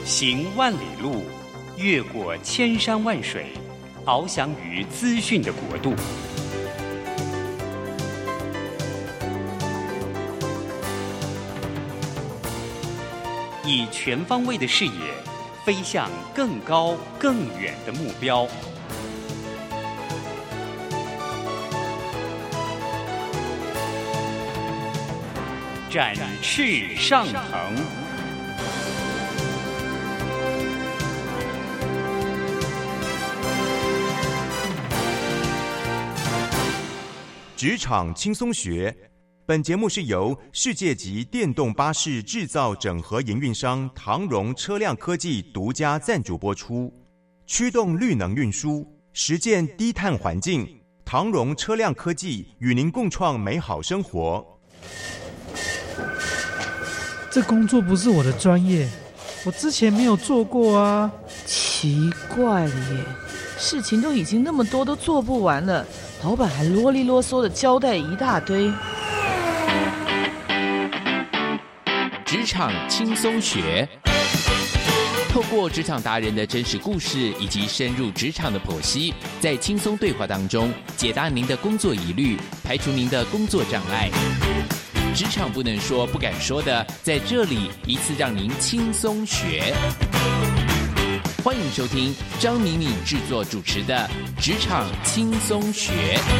行万里路，越过千山万水，翱翔于资讯的国度。以全方位的视野，飞向更高更远的目标。展翅上腾。 职场轻松学，本节目是由世界级电动巴士制造整合营运商唐荣车辆科技独家赞助播出。驱动绿能运输，实践低碳环境，唐荣车辆科技与您共创美好生活。 这工作不是我的专业，我之前没有做过啊。 奇怪了耶，事情都已经那么多，都做不完了，老板还啰里啰嗦的交代一大堆。 职场轻松学，透过职场达人的真实故事以及深入职场的剖析，在轻松对话当中解答您的工作疑虑，排除您的工作障碍。职场不能说不敢说的，在这里一次让您轻松学。欢迎收听张敏敏制作主持的《职场轻松学》。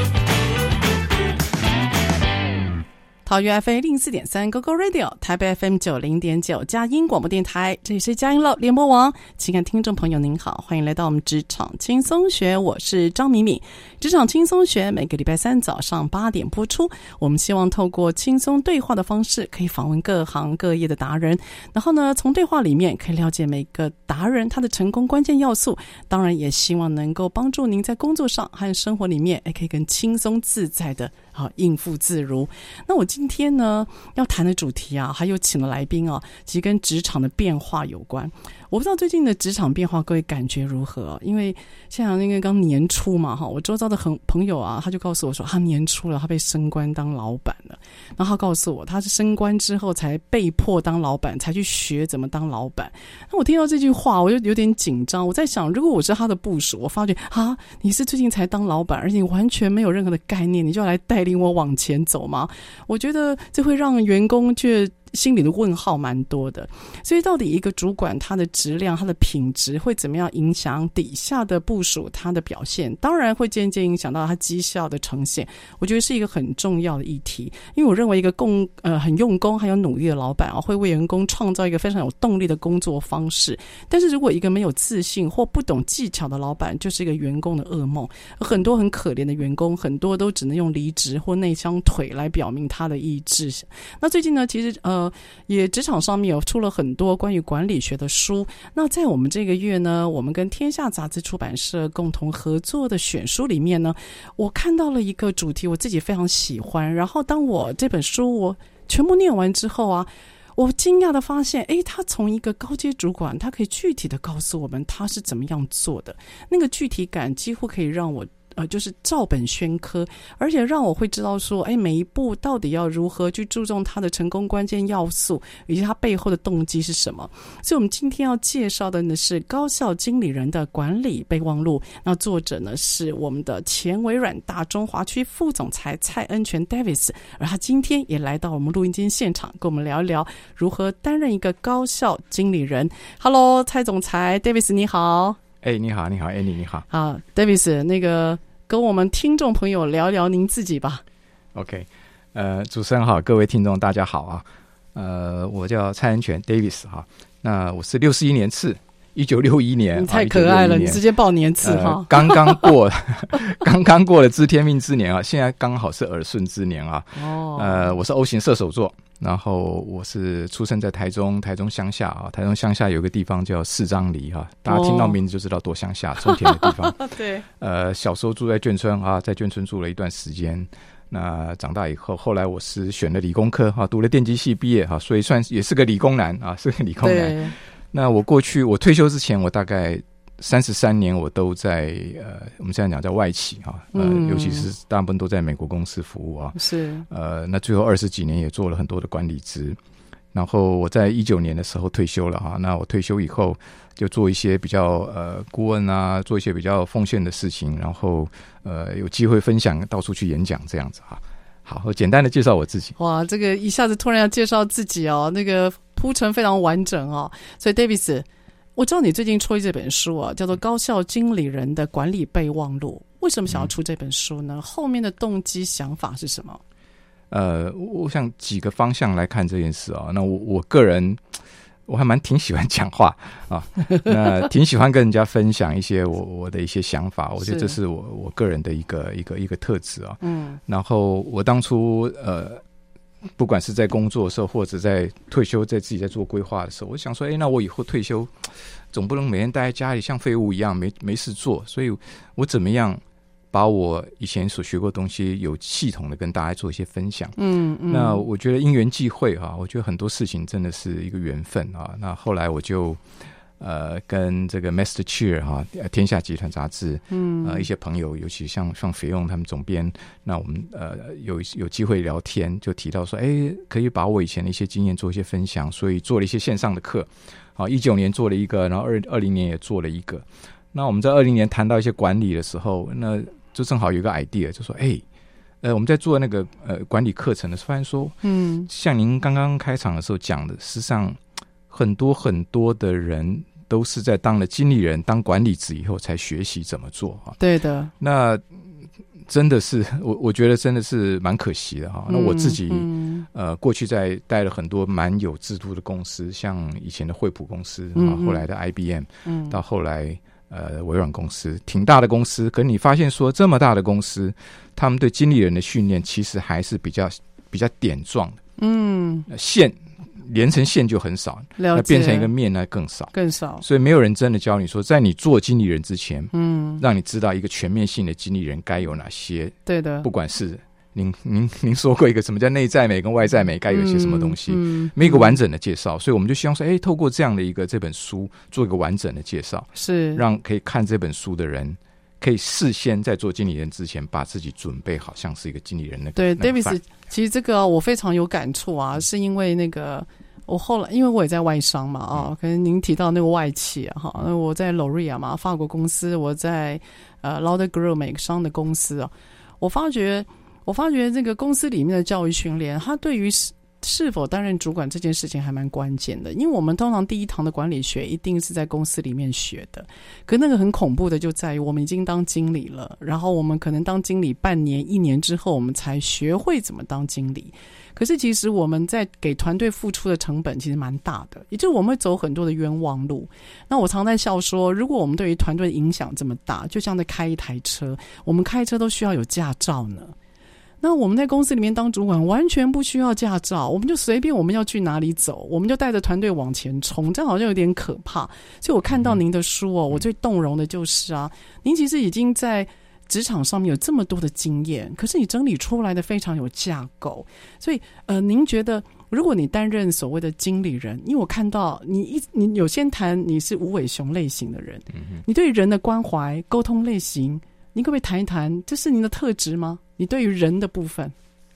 桃园 FM 104.3 GoGo Radio， 台北 FM 90.9佳音广播电台，这里是佳音乐联播网。亲爱的听众朋友您好，欢迎来到我们职场轻松学，我是张敏敏。职场轻松学每个礼拜三早上8点播出，我们希望透过轻松对话的方式，可以访问各行各业的达人，然后呢，从对话里面可以了解每个达人他的成功关键要素，当然也希望能够帮助您在工作上和生活里面可以更轻松自在的应付自如。那我今天呢要谈的主题还有请了来宾其实跟职场的变化有关。我不知道最近的职场变化各位感觉如何因为现在那个刚年初嘛我周遭的朋友他就告诉我说他年初了，他被升官当老板了。然后他告诉我他是升官之后才被迫当老板，才去学怎么当老板。那我听到这句话我就有点紧张，我在想如果我是他的部属，我发觉你是最近才当老板，而且你完全没有任何的概念，你就要来带领我往前走吗？我觉得这会让员工却心里的问号蛮多的。所以到底一个主管他的质量他的品质会怎么样影响底下的部属他的表现，当然会渐渐影响到他绩效的呈现。我觉得是一个很重要的议题，因为我认为一个很用功还有努力的老板会为员工创造一个非常有动力的工作方式。但是如果一个没有自信或不懂技巧的老板，就是一个员工的噩梦。很多很可怜的员工，很多都只能用离职或内伤腿来表明他的意志。那最近呢，其实也职场上面有出了很多关于管理学的书。那在我们这个月呢，我们跟天下杂志出版社共同合作的选书里面呢，我看到了一个主题我自己非常喜欢。然后当我这本书我全部念完之后我惊讶的发现他从一个高阶主管，他可以具体的告诉我们他是怎么样做的，那个具体感几乎可以让我就是照本宣科，而且让我会知道说每一步到底要如何去注重它的成功关键要素，以及它背后的动机是什么。所以我们今天要介绍的呢是高效经理人的管理备忘录。那作者呢是我们的前微软大中华区副总裁蔡恩泉 Davis， 而他今天也来到我们录音间现场，跟我们聊一聊如何担任一个高效经理人。 Hello 蔡总裁 Davis 你好。 你好 Annie 你好。 Davis 那个跟我们听众朋友聊聊您自己吧。 OK， 主持人好，各位听众大家好我叫蔡恩泉 Davis 那我是61年次，1961年。 你太可爱了，你直接报年次刚刚过了知天命之年现在刚好是耳顺之年我是 O 型射手座，然后我是出生在台中乡下台中乡下有个地方叫四张犁大家听到名字就知道多乡下，种田的地方对。 小时候住在眷村在眷村住了一段时间。那长大以后，后来我是选了理工科读了电机系毕业所以算也是个理工男是个理工男。那我退休之前，我大概33年我都在我们现在讲叫外企尤其是大部分都在美国公司服务是那最后20几年也做了很多的管理职。 然后我在19年的时候退休了哈。那我退休以后就做一些比较顾问啊，做一些比较奉献的事情，然后有机会分享，到处去演讲这样子哈。好，我简单的介绍我自己。 哇，这个一下子突然要介绍自己哦，那个铺陈非常完整哦。所以 Davis， 我知道你最近出这本书啊，叫做《高效经理人的管理备忘录》。为什么想要出这本书呢？后面的动机想法是什么？ 我想几个方向来看这件事啊。那我个人我还挺喜欢讲话啊，那挺喜欢跟人家分享一些我的一些想法，我觉得这是我个人的一个特质啊。然后我当初不管是在工作的时候，或者在退休，在自己在做规划的时候，我想说，那我以后退休总不能每天待在家里像废物一样没事做，所以我怎么样把我以前所学过的东西有系统的跟大家做一些分享。那我觉得因缘际会哈，我觉得很多事情真的是一个缘分啊。那后来我就跟这个 Master Cheer 哈，天下集团杂志，一些朋友，尤其像肥用他们总编，那我们有机会聊天，就提到说，可以把我以前的一些经验做一些分享，所以做了一些线上的课。好，19年做了一个，然后20年也做了一个。那我们在20年谈到一些管理的时候，那就正好有一个 idea， 就说，我们在做那个管理课程的时候，发现说，像您刚刚开场的时候讲的，事实上很多的人都是在当了经理人、当管理者以后才学习怎么做啊。 对的， 那真的是我觉得真的是蛮可惜的哈。那我自己过去在带了很多蛮有制度的公司，像以前的惠普公司啊，后来的 IBM，到后来微软公司，挺大的公司。可你发现说这么大的公司，他们对经理人的训练其实还是比较点状的。线连成线就很少，那变成一个面呢更少，所以没有人真的教你说，在你做经理人之前，让你知道一个全面性的经理人该有哪些。对的，不管是您说过一个什么叫内在美跟外在美，该有一些什么东西，没有一个完整的介绍，所以我们就希望说，透过这样的这本书做一个完整的介绍，是让可以看这本书的人可以事先在做经理人之前把自己准备好像是一个经理人的。对 Davis， 其实这个我非常有感触啊，是因为那个我后来因为我也在外商嘛可能您提到那个外企我在 L'Oréal 嘛，法国公司，我在Lauder Group 美商的公司我发觉这个公司里面的教育训练，它对于是否担任主管这件事情还蛮关键的。因为我们通常第一堂的管理学一定是在公司里面学的，可那个很恐怖的就在于我们已经当经理了，然后我们可能当经理半年1年之后我们才学会怎么当经理。可是其实我们在给团队付出的成本其实蛮大的，也就是我们会走很多的冤枉路。那我常在笑说，如果我们对于团队的影响这么大，就像在开一台车，我们开车都需要有驾照呢。那我们在公司里面当主管完全不需要驾照，我们就随便我们要去哪里走，我们就带着团队往前冲，这样好像有点可怕。所以我看到您的书我最动容的就是您其实已经在职场上面有这么多的经验，可是你整理出来的非常有架构。所以您觉得如果你担任所谓的经理人，因为我看到你有先谈你是无尾熊类型的人，你对人的关怀沟通类型，您可不可以谈一谈这是您的特质吗？你对于人的部分。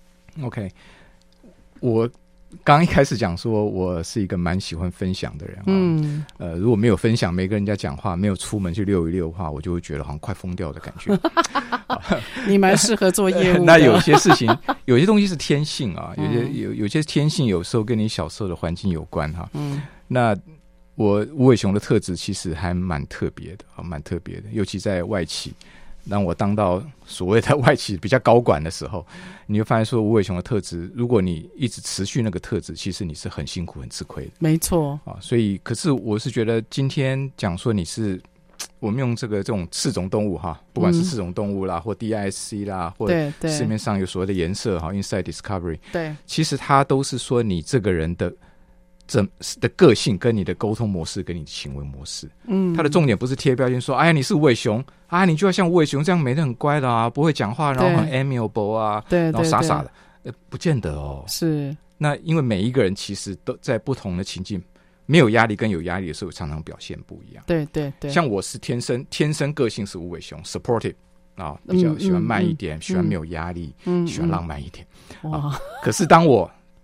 OK， 我刚一开始讲说我是一个蛮喜欢分享的人如果没有分享，没跟人家讲话，没有出门去溜一溜的话，我就会觉得好像快疯掉的感觉你蛮适合做业务的那有些事情有些东西是天性有些天性有时候跟你小时候的环境有关那我无尾熊的特质其实还蛮特别的尤其在外企，当我当到所谓的外企比较高管的时候，你会发现说无尾熊的特质，如果你一直持续那个特质，其实你是很辛苦很吃亏的。没错所以可是我是觉得今天讲说你是我们用这种4种动物不管是4种动物啦或 DISC 啦或者市面上有所谓的颜色Insight Discovery， 对，其实它都是说你这个人的个性跟你的沟通模式跟你的行为模式它的重点不是贴标签说你是无尾熊你就要像无尾熊这样每天很乖的不会讲话，然后很 amiable 然后傻傻的不见得是那因为每一个人其实都在不同的情境，没有压力跟有压力的时候常常表现不一样。对，像我是天生个性是无尾熊 supportive比较喜欢慢一点喜欢没有压力喜欢浪漫一点可是当我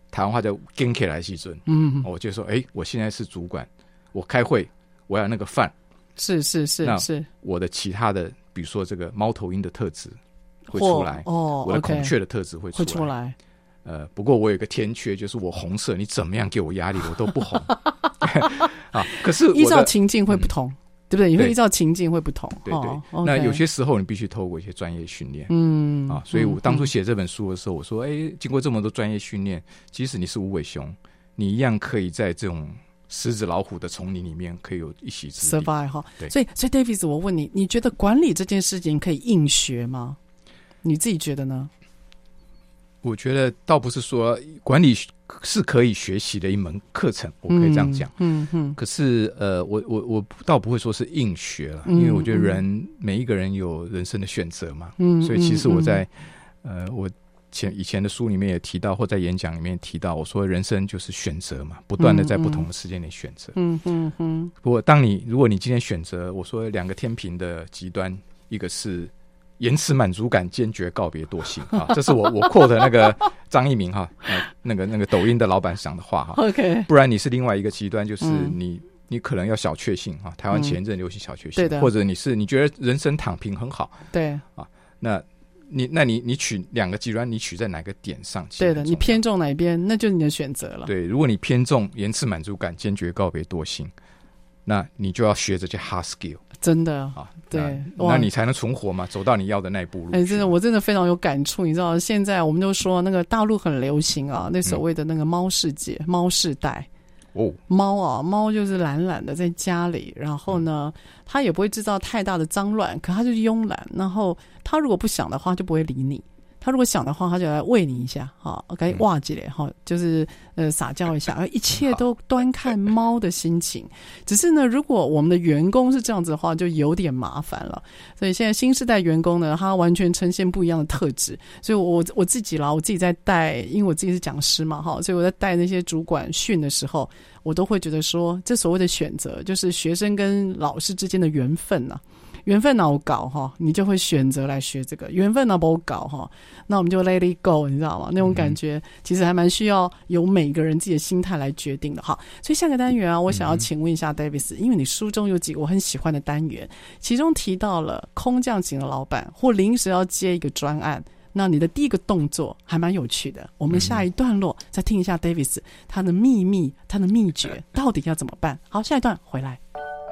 台湾话叫跟起来的时阵，我就说，我现在是主管，我开会，我要那个饭， 是， 那我的其他的，比如说这个猫头鹰的特质会出来，我的孔雀的特质会出来。不过我有一个天缺，就是我红色，你怎么样给我压力，我都不红。啊，可是依照情境会不同，对不对？你会依照情境会不同。 对，那有些时候你必须透过一些专业训练。所以我当初写这本书的时候，我说，经过这么多专业训练，即使你是无尾熊，你一样可以在这种狮子老虎的丛林里面可以有一席之地 survive 哈。所以 David， 我问你，你觉得管理这件事情可以硬学吗？你自己觉得呢？ 我觉得倒不是说管理是可以学习的一门课程，我可以这样讲。可是我倒不会说是硬学了，因为我觉得每一个人有人生的选择嘛。所以其实我在我以前的书里面也提到，或在演讲里面提到，我说人生就是选择嘛，不断的在不同的时间里选择。不过如果你今天选择，我说2个天平的极端，一个是延迟满足感，坚决告别惰性啊，这是我quote的那个张一鸣哈，那个抖音的老板讲的话哈。 OK， 不然你是另外一个极端，就是你可能要小确幸哈，台湾前一阵流行小确幸，或者你觉得人生躺平很好， 对啊，那你取2个极端，你取在哪个点上？ 对的，你偏重哪一边，那就是你的选择了。 对，如果你偏重延迟满足感，坚决告别惰性，那你就要学这些 hard skill。 真的啊，对， 那你才能存活嘛，走到你要的那一步路。 真的，我真的非常有感触。你知道，现在我们就说那个大陆很流行啊，那所谓的那个猫世界、猫世代。猫就是懒懒的在家里，然后呢，它也不会制造太大的脏乱，可它就是慵懒。然后它如果不想的话，就不会理你。他如果想的话，他就来喂你一下，该哇几嘞，就是撒娇一下，一切都端看猫的心情。只是呢，如果我们的员工是这样子的话，就有点麻烦了。所以现在新世代员工呢，他完全呈现不一样的特质。所以我自己在带，因为我自己是讲师嘛，所以我在带那些主管训的时候，我都会觉得说，这所谓的选择，就是学生跟老师之间的缘分啊。缘分哪有搞哈，你就会选择来学这个；缘分哪不搞哈，那我们就 let it go， 你知道吗？那种感觉其实还蛮需要由每个人自己的心态来决定的哈。所以下个单元啊，我想要请问一下 Davis， 因为你书中有几个我很喜欢的单元，其中提到了空降型的老板或临时要接一个专案，那你的第一个动作还蛮有趣的。我们下一段落再听一下 Davis 他的秘密、他的秘诀到底要怎么办。好，下一段回来。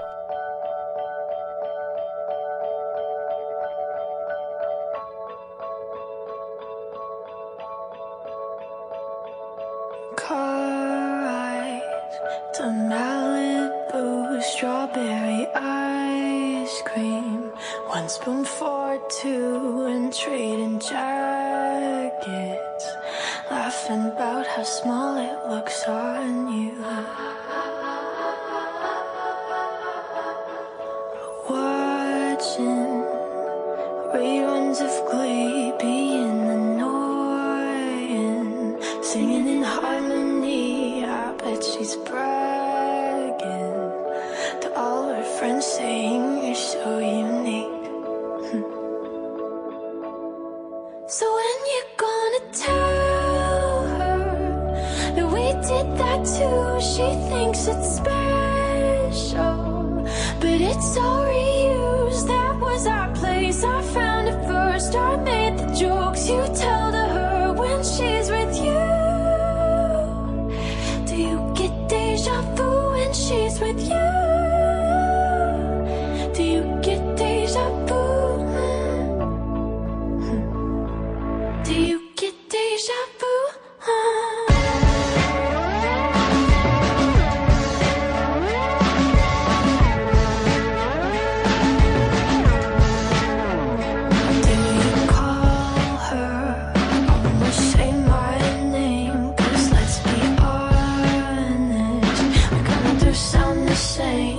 To Malibu strawberry ice cream, 1 spoon for 2 and trading jackets, laughing about how small it looks on you. Watching reruns of Glee, being annoying, singing in harmony. I bet she's bragging to all her friends, saying you're so unique. So when you gonna tell her that we did that too? She thinks it's special, but it's all reused. That was our place, I found it first. I made the jokes you tell to her when she's with you. Do you get deja vu when she's with you? Do you get deja vu? Do you get deja vu? Do you call her? Almost say my name, 'cause let's be honest, we kinda do sound the same.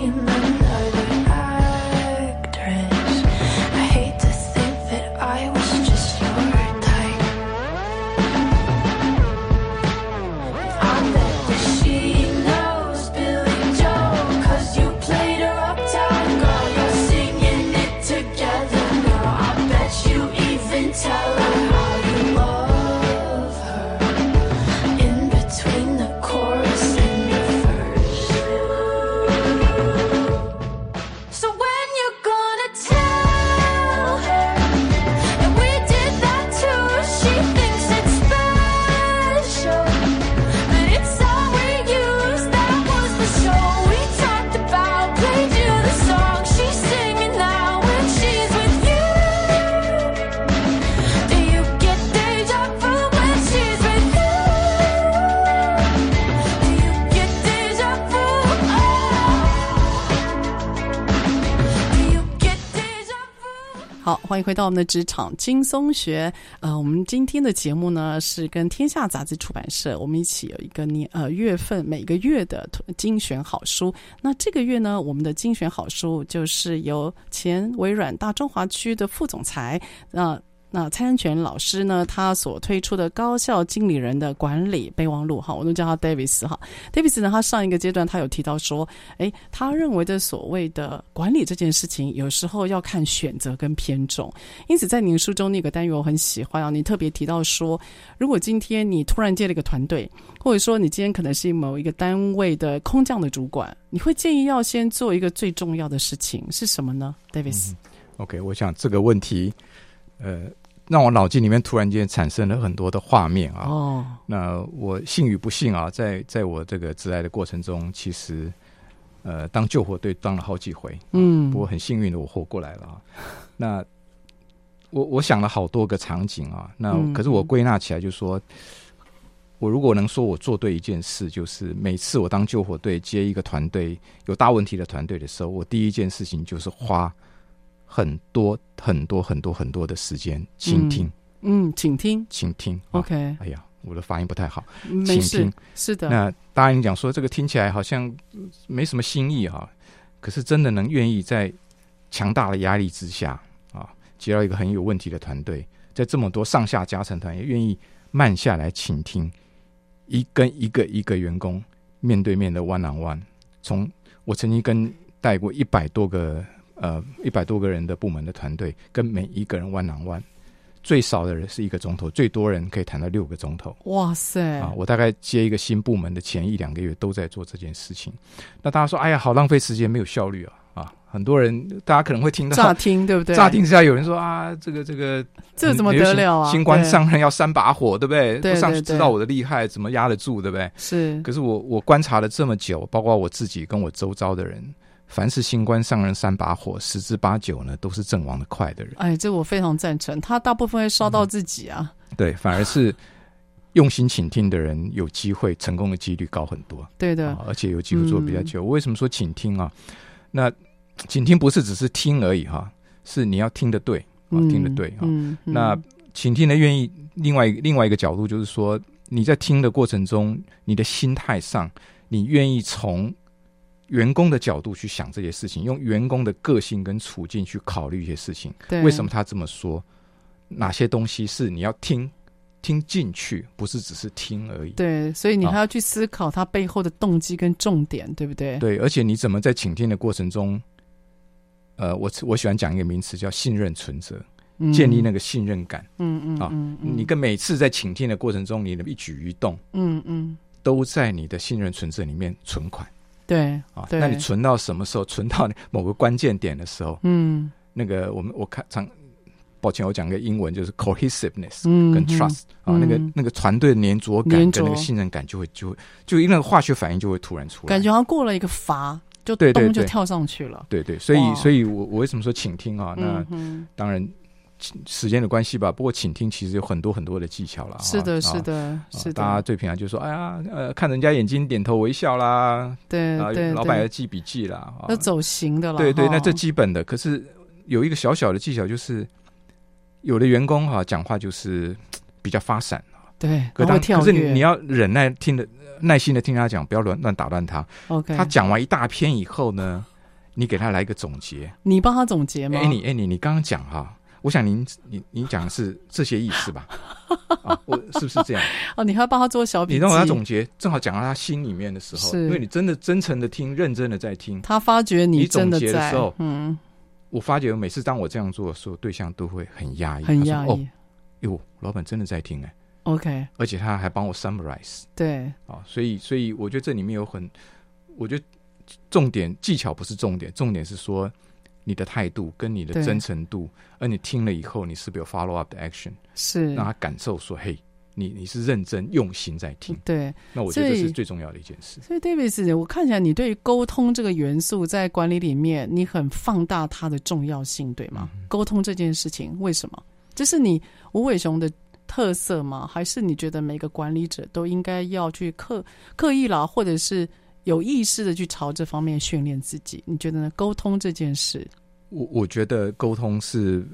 好，欢迎回到我们的职场轻松学。我们今天的节目呢是跟天下杂志出版社，我们一起有一个月份每个月的精选好书。那这个月呢，我们的精选好书就是由前微软大中华区的副总裁那蔡恩泉老师呢，他所推出的高效经理人的管理备忘录，我都叫他 Davis 哈。Davis 呢，他上一个阶段他有提到说，他认为的所谓的管理这件事情，有时候要看选择跟偏重。因此，在您书中那个单元我很喜欢啊，你特别提到说，如果今天你突然接了一个团队，或者说你今天可能是某一个单位的空降的主管，你会建议要先做一个最重要的事情是什么呢 ？Davis？OK， 我想这个问题，让我脑筋里面突然间产生了很多的画面啊。那我幸与不幸啊，在我这个职涯的过程中，其实当救火队当了好几回，不过很幸运的我活过来了啊。那我想了好多个场景啊，那可是我归纳起来就是说，我如果能说我做对一件事，就是每次我当救火队接一个团队有大问题的团队的时候，我第一件事情就是花很多的时间倾听。倾听。OK， 哎呀，我的发音不太好。 没事，是的。 那当然你讲说这个听起来好像没什么新意哈，可是真的能愿意在强大的压力之下啊，接到一个很有问题的团队，在这么多上下夹层团也愿意慢下来倾听，一个员工面对面的 one on one。从我曾经带过100多个人的部门的团队，跟每一个人one on one，最少的人是1个钟头，最多人可以谈到6个钟头。 哇塞！ 我大概接一个新部门的前1-2个月都在做这件事情。那大家说，哎呀，好浪费时间，没有效率啊！很多人大家可能会听到乍听，对不对？ 乍听之下有人说啊，这怎么得了啊？ 新官上任要3把火，对不对？ 对， 不上去知道我的厉害，怎么压得住，对不对？ 是。 可是我观察了这么久，包括我自己跟我周遭的人，凡是新官上任3把火，10之8九呢都是阵亡的快的人。 这我非常赞成，他大部分会烧到自己啊。 对，反而是用心倾听的人有机会成功的几率高很多。 对的， 而且有机会做比较久。我为什么说倾听啊？那倾听不是只是听而已哈，是你要听得对听得对那倾听的愿意另外一个角度就是说，你在听的过程中，你的心态上，你愿意从员工的角度去想这些事情，用员工的个性跟处境去考虑一些事情。为什么他这么说？哪些东西是你要听进去，不是只是听而已。 对，所以你还要去思考他背后的动机跟重点，对不对？ 对，而且你怎么在倾听的过程中，我喜欢讲一个名词叫信任存折，建立那个信任感。你跟每次在倾听的过程中，你的一举一动，都在你的信任存折里面存款。 对那你存到什么时候？存到某个关键点的时候，那个我看抱歉，我讲个英文，就是 cohesiveness 跟 trust 那个团队的粘着感跟那个信任感就因为那个化学反应就会突然出来， 感觉好像过了一个阀，就咚就跳上去了。 对，所以我为什么说倾听啊？那当然时间的关系吧，不过倾听其实有很多的技巧啦。 是的。 大家最平常就说，哎呀，看人家眼睛点头微笑啦， 对， 老板要记笔记啦， 那走形的啦。 对，那这基本的。可是有一个小小的技巧，就是有的员工讲话就是比较发散， 对， 可是你要忍耐耐心的听他讲，不要乱打断他。 OK， 他讲完一大篇以后呢，你给他来一个总结。 你帮他总结吗？ 你刚刚讲我想你讲的是这些意思吧？我是不是这样？ 你还要帮他做小笔记？ 你让他总结，正好讲到他心里面的时候，因为你真的真诚的听，认真的在听， 他发觉你真的在。 你总结的时候，我发觉每次当我这样做的时候，对象都会很压抑，老板真的在听 OK， 而且他还帮我 summarize。 对所以我觉得这里面我觉得重点技巧不是重点，重点是说你的态度跟你的真诚度，而你听了以后，你是不是有 follow up 的 action， 是让他感受说，嘿，你是认真用心在听。 对， 那我觉得这是最重要的一件事。 所以 Davis， 我看起来你对于沟通这个元素在管理里面，你很放大它的重要性，对吗？沟通这件事情，为什么？这是你吴伟雄的特色吗？还是你觉得每个管理者都应该要去刻意啦，或者是有意识的去朝这方面训练自己？你觉得呢？沟通这件事， 我觉得沟通是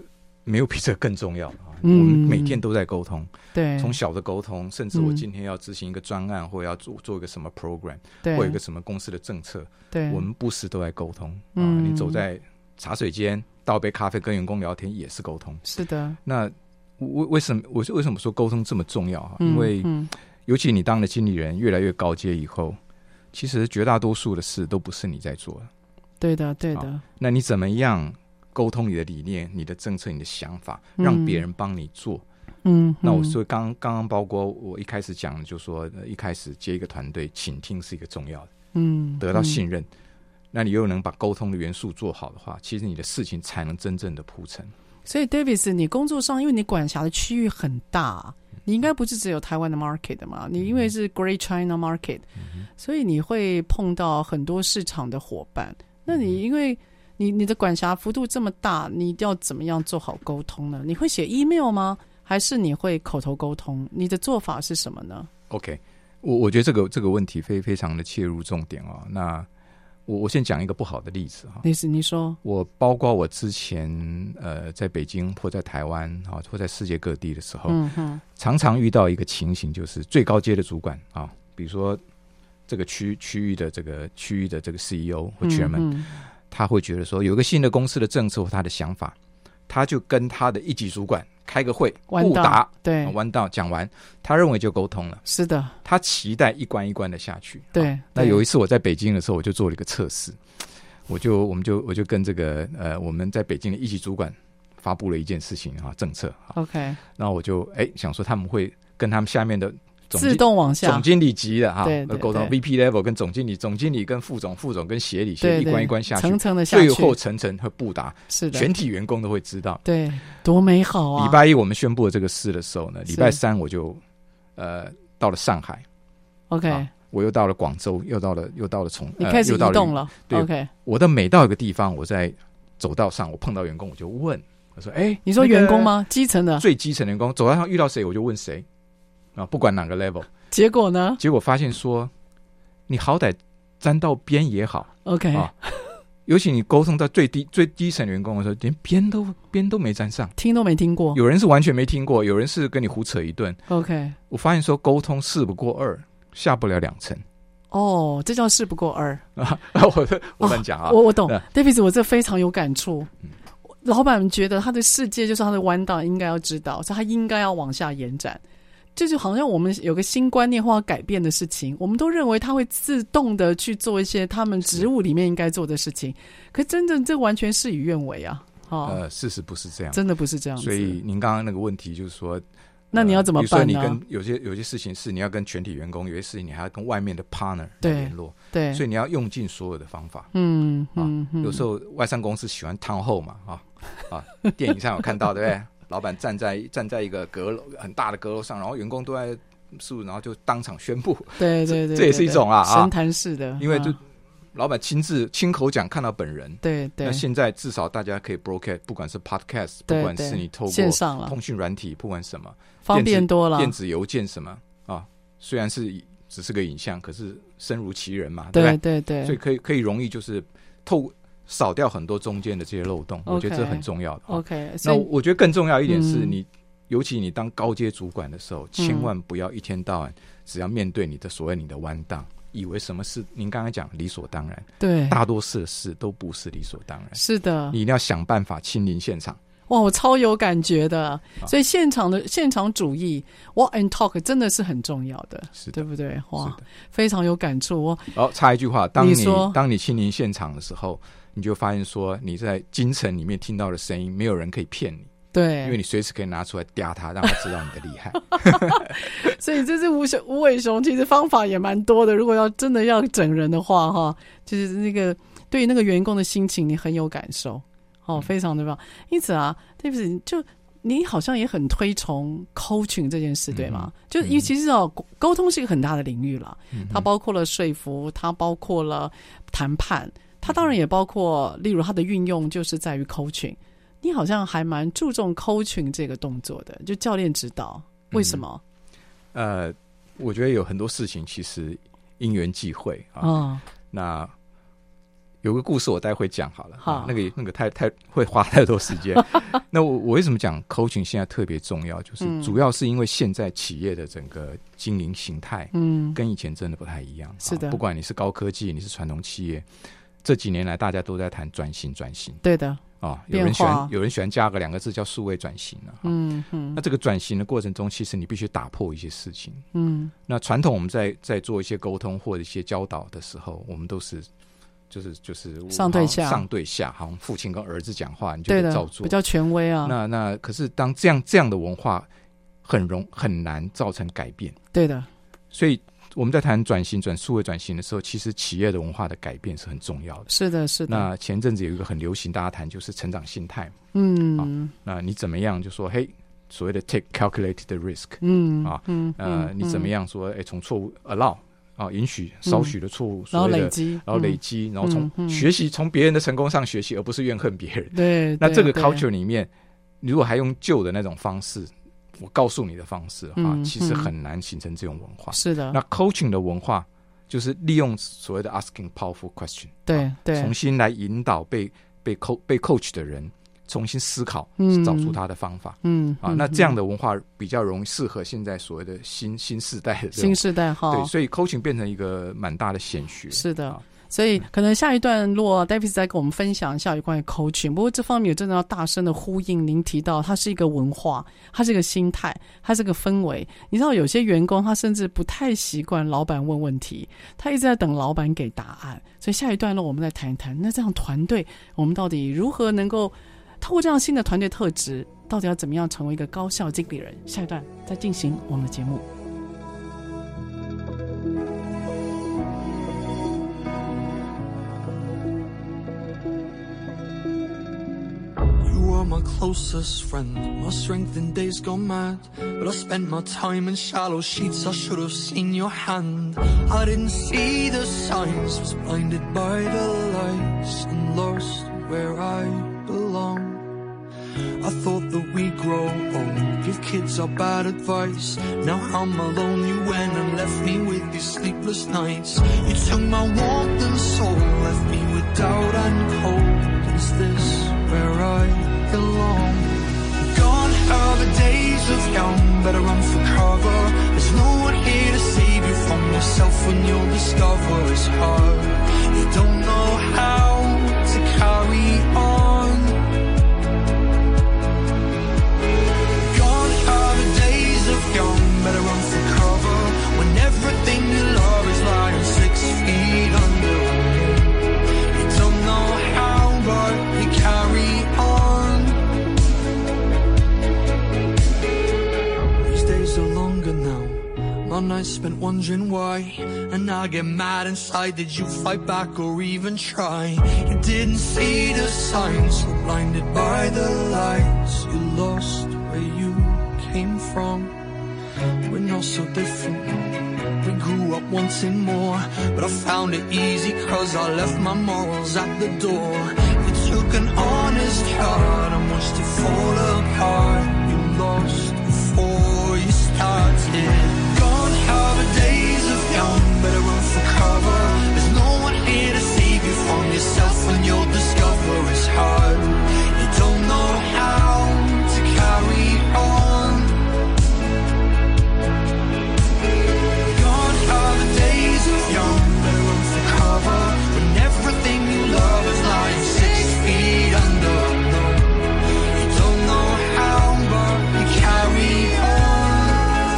没有比这更重要的我们每天都在沟通， 对， 从小的沟通，甚至我今天要执行一个专案，或要做一个什么 program， 对， 或有一个什么公司的政策， 对， 我们不时都在沟通你走在茶水间倒杯咖啡跟员工聊天也是沟通， 是的。 那为什么说沟通这么重要因为尤其你当了经理人越来越高阶以后，其实绝大多数的事都不是你在做的。 对的对的。 那你怎么样沟通你的理念、你的政策、你的想法，让别人帮你做那我说刚刚包括我一开始讲的，就说一开始接一个团队，倾听是一个重要的得到信任那你又能把沟通的元素做好的话，其实你的事情才能真正的铺陈。 所以 Davis 你工作上因为你管辖的区域很大，你应该不是只有台湾的 market 的嘛，你因为是 Great China Market所以你会碰到很多市场的伙伴，那你因为你的管辖幅度这么大，你要怎么样做好沟通呢？你会写 email 吗？还是你会口头沟通？你的做法是什么呢？ OK， 我觉得这个问题非常的切入重点那我先讲一个不好的例子你说。 我包括我之前在北京或在台湾或在世界各地的时候常常遇到一个情形，就是最高阶的主管比如说这个区域的这个 CEO 或 Chairman他会觉得说有一个新的公司的政策或他的想法，他就跟他的一级主管开个会互答， 对， 弯道讲完，他认为就沟通了。 是的， 他期待一关一关的下去。 对， 那有一次我在北京的时候，我就做了一个测试，我就跟这个我们在北京的一级主管发布了一件事情政策。 OK， 那我就想说他们会跟他们下面的自动往下总经理级的沟通 VP level 跟总经理跟副总跟协理一关一关下去， 层层的下去， 最后层会布达， 是的， 全体员工都会知道。 对，多美好啊！ 礼拜一我们宣布了这个事的时候呢，礼拜三我就到了上海 ，OK， 我又到了广州，又到了你开始移动了。 对 ，OK， 我的每到一个地方，我在走道上我碰到员工，我就问，我说：“ 你说员工吗？基层的， 最基层的员工，走道上遇到谁我就问谁不管哪个 level。” 结果呢？ 结果发现说，你好歹沾到边也好 ，OK 尤其你沟通到最低层员工的时候，连边都没沾上， 听都没听过。 有人是完全没听过，有人是跟你胡扯一顿。 OK， 我发现说沟通事不过二，下不了2层。 这叫事不过二我乱讲我懂 ，David， 我这非常有感触。老板觉得他的世界就是他的弯道，应该要知道，所以他应该要往下延展。这就好像我们有个新观念或要改变的事情，我们都认为他会自动的去做一些他们职务里面应该做的事情，可真正这完全事与愿违啊！ 事实不是这样， 真的不是这样子。 所以您刚刚那个问题就是说， 那你要怎么办呢？ 比如说你跟有些事情是你要跟全体员工，有些事情你还要跟外面的 partner 来联络， 对， 所以你要用尽所有的方法。有时候外商公司喜欢town hall嘛，电影上有看到，对不对？老板站在一个阁楼很大的阁楼上，然后员工都在树，然后就当场宣布。 对， 这也是一种神坛式的， 因为就老板亲口讲，看到本人。 对。 那现在至少大家可以 broadcast， 不管是 podcast， 不管是你透过通讯软体，不管什么方便多了， 电子邮件什么虽然是只是个影像，可是身如其人嘛，对不对？ 对， 所以可以容易就是少掉很多中间的这些漏洞，我觉得这很重要的。 OK， 那我觉得更重要一点是尤其你当高阶主管的时候，千万不要一天到晚只要面对你的弯道，以为什么事您刚才讲理所当然， 对， 大多数的事都不是理所当然。 是的， 你一定要想办法亲临现场。 哇，我超有感觉的，所以现场主义 walk and talk 真的是很重要的，对不对？哇，非常有感触。 插一句话，当你亲临现场的时候，你就发现说你在京城里面听到的声音，没有人可以骗你。 对， 因为你随时可以拿出来嗲他，让他知道你的厉害。 所以这是无尾熊，其实方法也蛮多的。如果真的要整人的话，就是那个对于那个员工的心情，你很有感受。非常的棒。因此David， 就你好像也很推崇 coaching 这件事，对吗？就因为其实沟通是一个很大的领域了，它包括了说服，它包括了谈判，它当然也包括，例如它的运用就是在于 coaching。你好像还蛮注重 coaching 这个动作的，就教练指导，为什么？ 我觉得有很多事情其实因缘际会那有个故事我待会讲好了，好，那个太会花太多时间。那我为什么讲 coaching 现在特别重要？就是主要是因为现在企业的整个经营形态，跟以前真的不太一样。 是的， 不管你是高科技，你是传统企业，这几年来大家都在谈转型。 对的。 有人喜欢加个2个字叫数位转型那这个转型的过程中，其实你必须打破一些事情。那传统我们在做一些沟通或者一些教导的时候，我们都是就是上对下， 好像父亲跟儿子讲话，你就得照做， 比较权威啊。 那可是当这样的文化很难造成改变。对的，所以我们在谈数位转型的时候，其实企业的文化的改变是很重要的。是的。那前阵子有一个很流行大家谈，就是成长心态。那你怎么样就说所谓的 take calculated risk。你怎么样说从错误 allow。允许少许的错误，然后累积，然后从学习，从别人的成功上学习，而不是怨恨别人。对，那这个 culture 里面，你如果还用旧的那种方式，我告诉你的方式其实很难形成这种文化。是的，那 coaching 的文化就是利用所谓的 asking powerful question， 对，重新来引导被 coach 的人。重新思考，找出他的方法。那这样的文化比较容易适合现在所谓的新世代的新世代对，所以 coaching 变成一个蛮大的显学。是的，所以可能下一段落 David 再跟我们分享一下有关于 coaching。不过这方面也真的要大声的呼应您提到，它是一个文化，它是一个心态，它是个氛围。你知道有些员工他甚至不太习惯老板问问题，他一直在等老板给答案。所以下一段落我们再谈一谈，那这样团队我们到底如何能够透过这样新的团队特质，到底要怎么样成为一个高效经理人？下一段再进行我们的节目。 You are my closest friend, my strength in days gone mad. But I spent my time in shallow sheets, I should have seen your hand. I didn't see the signs, was blinded by the lights and lost where I belong. I thought that we'd grow old, give kids our bad advice. Now I'm alone, you went and left me with these sleepless nights. You took my warmth and soul, left me with doubt and cold. Is this where I belong? Gone are the days of young, better run for cover. There's no one here to save you from yourself when you'll discover it's hard. You don't know how to carry on. Young, better run for cover when everything you love is lying 6 feet under. You don't know how, but you carry on. These days are longer now, my nights spent wondering why. And I get mad inside, did you fight back or even try? You didn't see the signs, so blinded by the lights. You lost where you came from. We're not so different, we grew up wanting more. But I found it easy cause I left my morals at the door. You took an honest heart and watched it fall apart. You lost before you started. Gone are the days of young, better run for cover. There's no one here to save you from yourself when you'll discover it's hard. You don't know how to carry on. Young, better run for cover when everything you love is lying 6 feet under. No, you don't know how, but you carry on.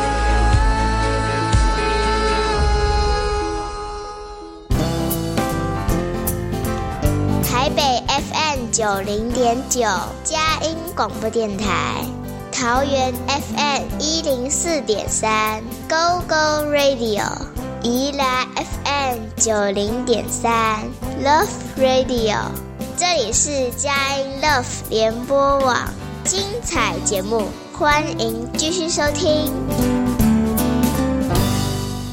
Taipei FM 90.9佳音广播电台，桃园 FM 104.3 Go Go Radio。宜兰 FM 90.3 Love Radio， 这里是佳音 Love 联播网，精彩节目，欢迎继续收听。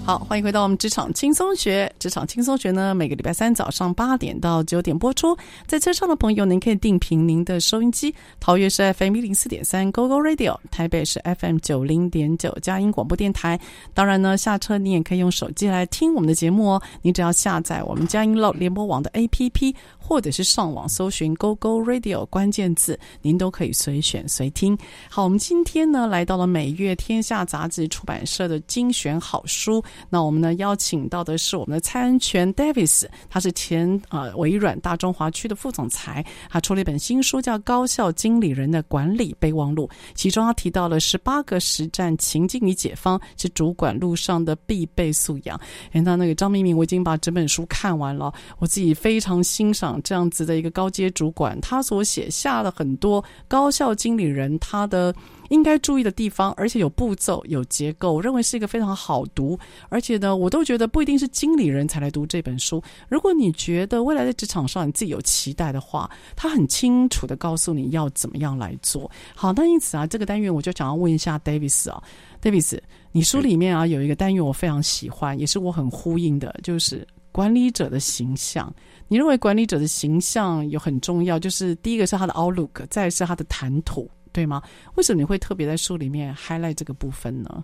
好，欢迎回到我们职场轻松学。职场轻松学呢，每个礼拜三早上8点到9点播出。在车上的朋友，您可以定频您的收音机，桃园是 FM 104.3 GoGo Radio， 台北是 FM 90.9佳音广播电台。当然呢，下车你也可以用手机来听我们的节目哦。你只要下载我们佳音联播网的 APP， 或者是上网搜寻 GoGo Radio 关键字，您都可以随选随听。好，我们今天呢来到了每月天下杂志出版社的精选好书。那我们呢邀请到的是我们的蔡恩泉 Davis， 他是前微软大中华区的副总裁，他出了一本新书叫《高效经理人的管理备忘录》，其中他提到了18个实战情境与解方，是主管路上的必备素养。那个张明明我已经把整本书看完了，我自己非常欣赏这样子的一个高阶主管，他所写下了很多高效经理人他的应该注意的地方，而且有步骤有结构，我认为是一个非常好读。而且呢，我都觉得不一定是经理人才来读这本书，如果你觉得未来在职场上你自己有期待的话，他很清楚的告诉你要怎么样来做。好，那因此啊，这个单元我就想要问一下 Davis 啊 Davis， 你书里面啊有一个单元我非常喜欢，也是我很呼应的，就是管理者的形象。你认为管理者的形象有很重要，就是第一个是他的 outlook， 再来是他的谈吐，对吗？为什么你会特别在书里面 highlight 这个部分呢？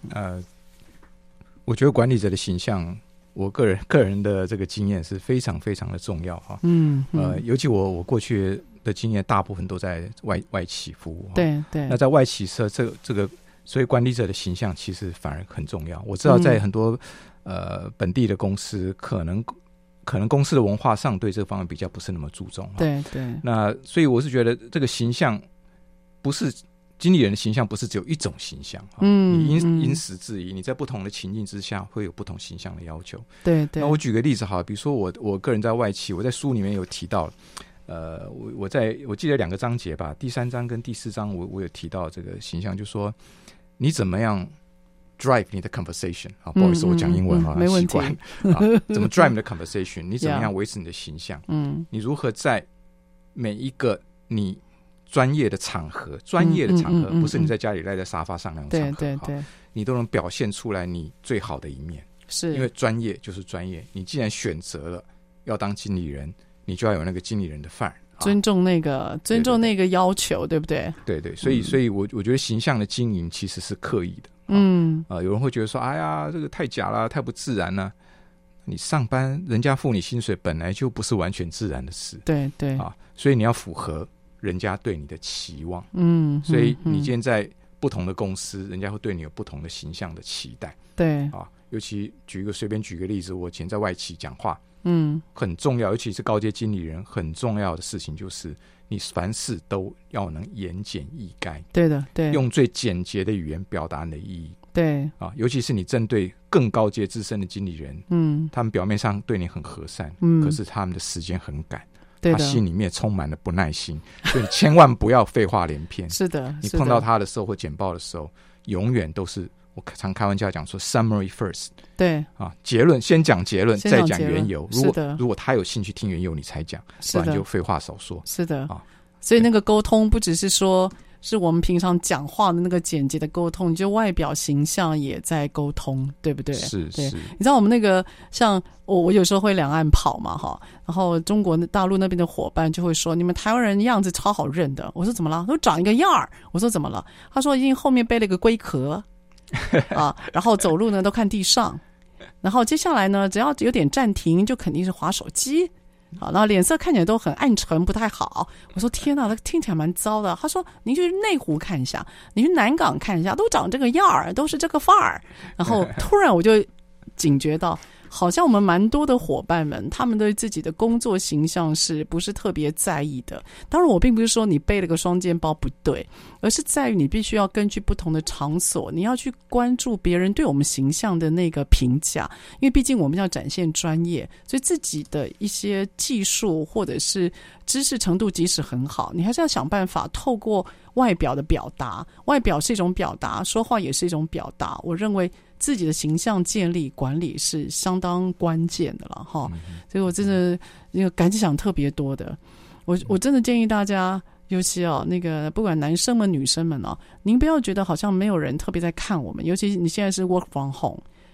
我觉得管理者的形象，我个人的这个经验是非常非常的重要哈。尤其我过去的经验大部分都在外企服务。对对。那在外企社这个，所以管理者的形象其实反而很重要。我知道在很多本地的公司，可能公司的文化上对这方面比较不是那么注重。对对。那所以我是觉得这个形象不是。经理人的形象不是只有一种形象，你因时制宜，你在不同的情境之下会有不同形象的要求。对对。那我举个例子好，比如说我个人在外企，我在书里面有提到，我记得2个章节吧，第3章跟第4章我有提到这个形象，就是说你怎么样 drive 你的 conversation 不好意思，我讲英文没问题。 怎么 drive 你的 conversation？ 你怎么样维持你的形象？你如何在每一个你专业的场合不是你在家里赖在沙发上那种场合，对对对，你都能表现出来你最好的一面。是因为专业就是专业，你既然选择了要当经理人，你就要有那个经理人的范儿， 尊重那个要求，对不对？对对， 所以我觉得形象的经营其实是刻意的。有人会觉得说，哎呀，这个太假了，太不自然了。你上班，人家付你薪水，本来就不是完全自然的事。对对所以你要符合人家对你的期望，所以你今天在不同的公司，人家会对你有不同的形象的期待，对尤其随便举个例子，我以前在外企讲话，很重要，尤其是高阶经理人，很重要的事情就是你凡事都要能言简意赅，对的，对，用最简洁的语言表达你的意义，对尤其是你针对更高阶资深的经理人，他们表面上对你很和善，可是他们的时间很赶。他心里面充满了不耐心，所以你千万不要废话连篇。是的，你碰到他的时候或简报的时候，永远都是我常开玩笑讲说 summary first。对结论先讲结论，再讲缘由。如果他有兴趣听缘由，你才讲，不然就废话少说。是的所以那个沟通不只是说是我们平常讲话的那个简洁的沟通，你就外表形象也在沟通，对不对？是是。你知道我们那个像我有时候会两岸跑嘛然后中国大陆那边的伙伴就会说，你们台湾人样子超好认的。我说怎么了？都长一个样儿。我说怎么了？他说已经后面背了一个龟壳然后走路呢都看地上，然后接下来呢只要有点暂停就肯定是滑手机。然后脸色看起来都很暗沉，不太好。我说天哪，那听起来蛮糟的。他说你去内湖看一下，你去南港看一下，都长这个样儿，都是这个范儿。然后突然我就警觉到，好像我们蛮多的伙伴们，他们对自己的工作形象是不是特别在意的？当然我并不是说你背了个双肩包不对，而是在于你必须要根据不同的场所，你要去关注别人对我们形象的那个评价。因为毕竟我们要展现专业，所以自己的一些技术或者是知识程度即使很好，你还是要想办法透过外表的表达，外表是一种表达，说话也是一种表达。我认为自己的形象建立管理是相当关键的了所以我真的那个感想特别多的。我真的建议大家，尤其那个不管男生们女生们您不要觉得好像没有人特别在看我们，尤其你现在是 work from home，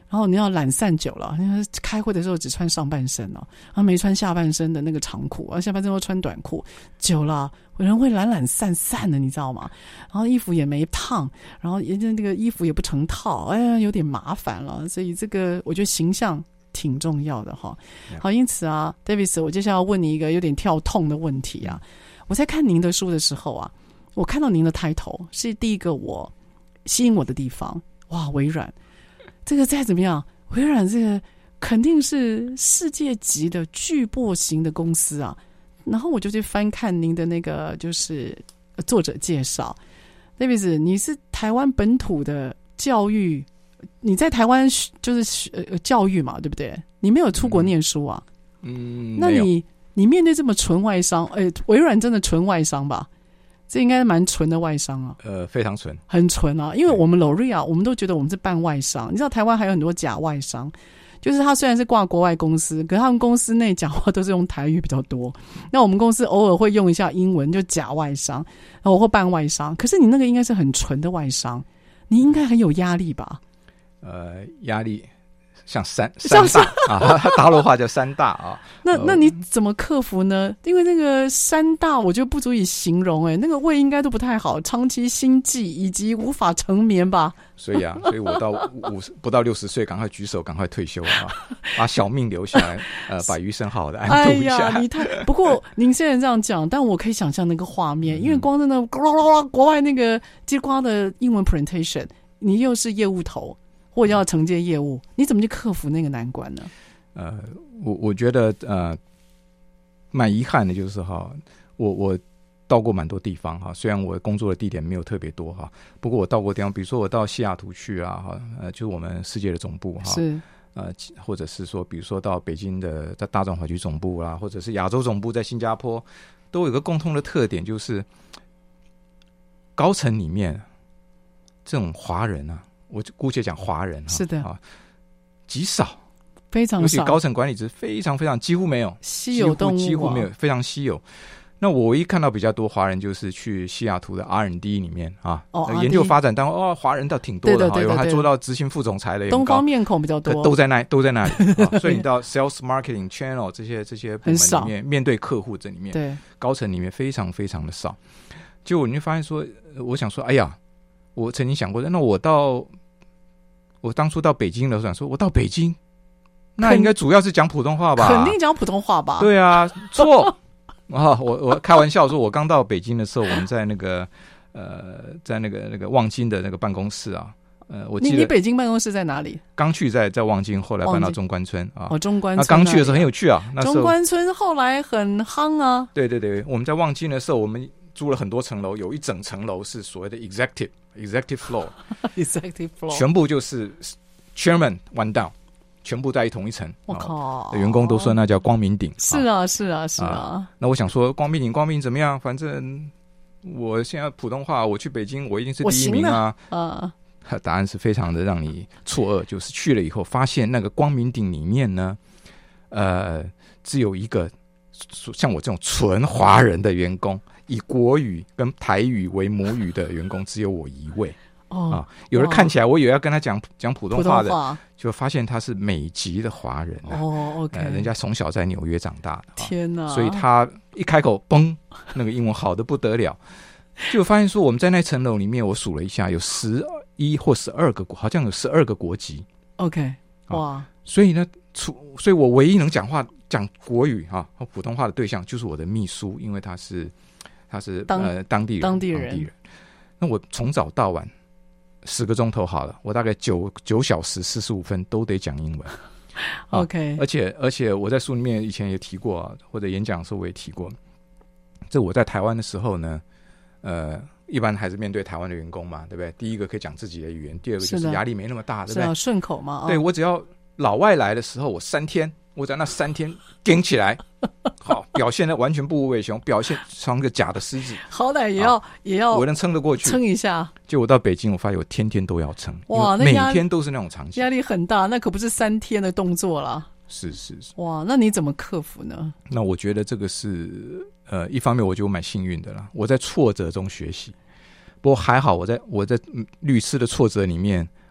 然后你要懒散久了，开会的时候只穿上半身哦，然后没穿下半身的那个长裤，下半身又穿短裤，久了人会懒懒散散的，你知道吗？然后衣服也没烫，然后那个衣服也不成套，哎呀，有点麻烦了。所以这个我觉得形象挺重要的哈。好，因此啊 ，Davis， 我接下来要问你一个有点跳痛的问题啊。我在看您的书的时候啊，我看到您的抬头是第一个我吸引我的地方，哇，微软。这个再怎么样，微软这个肯定是世界级的巨擘型的公司啊。然后我就去翻看您的那个就是作者介绍 ，Davis， 你是台湾本土的教育，你在台湾就是教育嘛，对不对？你没有出国念书啊？那你面对这么纯外商，微软真的纯外商吧？这应该蛮纯的外商啊， 非常纯， 很纯啊。因为我们 L'Oreal 我们都觉得我们是半外商，你知道台湾还有很多假外商，就是他虽然是挂国外公司，可是他们公司内讲话都是用台语比较多。那我们公司偶尔会用一下英文，就假外商，然后或半外商。可是你那个应该是很纯的外商，你应该很有压力吧？ 压力。像三大啊，大陆话叫三大啊。 那你怎么克服呢？因为那个三大，我觉得不足以形容那个胃应该都不太好，长期心悸以及无法成眠吧。 所以我到不到60岁，赶快举手，赶快退休啊，把小命留下来，把余生好好的安度一下。 哎呀，不过您现在这样讲，但我可以想象那个画面，因为光真的国外那个叽呱的英文 presentation， 你又是业务头。或者要承接业务，你怎么去克服那个难关呢？ 我觉得蛮遗憾的，就是我到过蛮多地方哈，虽然我工作的地点没有特别多哈，不过我到过地方，比如说我到西雅图去啊，就是我们世界的总部哈， 是或者是说，比如说到北京的在大众华区总部啦，或者是亚洲总部在新加坡，都有个共通的特点，就是高层里面这种华人啊。我姑且讲华人是的极少， 非常少， 尤其高层管理职非常非常几乎没有， 稀有动物几乎没有，非常稀有。那我唯一看到比较多华人，就是去西雅图的 R&D 里面啊，研究发展单位华人倒挺多的，有还做到执行副总裁的也很高， 东方面孔比较多， 都在那里所以你到 Sales Marketing Channel 这些部门里面，面对客户这里面， 对高层里面非常非常的少。结果你就发现说，我想说，哎呀，我曾经想过，那我当初到北京的时候想说，我到北京，那应该主要是讲普通话吧？ 肯定讲普通话吧？ 对啊，错啊！我开玩笑说，我刚到北京的时候，我们在那个在那个望京的那个办公室啊，我记得你北京办公室在哪里？ 刚去在望京，后来搬到中关村啊。 中关村。 那刚去的时候很有趣啊，那时候中关村后来很夯啊。 对对对，我们在望京的时候，我们租了很多层楼，有一整层楼是所谓的 executive floor， 全部就是 chairman one down， 全部在同一层。 我靠， 员工都说那叫光明顶。 是啊。 那我想说，光明顶怎么样？反正我现在普通话，我去北京，我一定是第一名啊。答案是非常的让你错愕，就是去了以后发现那个光明顶里面呢，只有一个像我这种纯华人的员工。以国语跟台语为母语的员工只有我一位有人看起来我以为要跟他讲普通话的，就发现他是美籍的华人 OK， 人家从小在纽约长大的， 天哪！ 所以他一开口，嘣，那个英文好的不得了，就发现说我们在那层楼里面，我数了一下，有11或12个好像有12个国籍。 OK， 哇！ 所以呢，所以我唯一能讲国语和普通话的对象就是我的秘书，因为他是当地人。那我从早到晚10个钟头好了，我大概9小时45分都得讲英文。 OK， 而且我在书里面以前也提过或者演讲的时候我也提过，这我在台湾的时候呢，一般还是面对台湾的员工嘛，对不对？第一个可以讲自己的语言，第二个就是压力没那么大，对不对？ 顺口嘛。 对，我只要老外来的时候，我在那3天顶起来，好，表现的完全不无尾雄，表现成个假的狮子， 好歹也要我能撑得过去， 撑一下。 结果到北京，我发现我天天都要撑， 哇， 每天都是那种场景， 压力很大，那可不是3天的动作啦。 是， 哇，那你怎么克服呢？ 那我觉得这个是一方面我觉得我蛮幸运的啦，我在挫折中学习，不过还好我在屡次的挫折里面，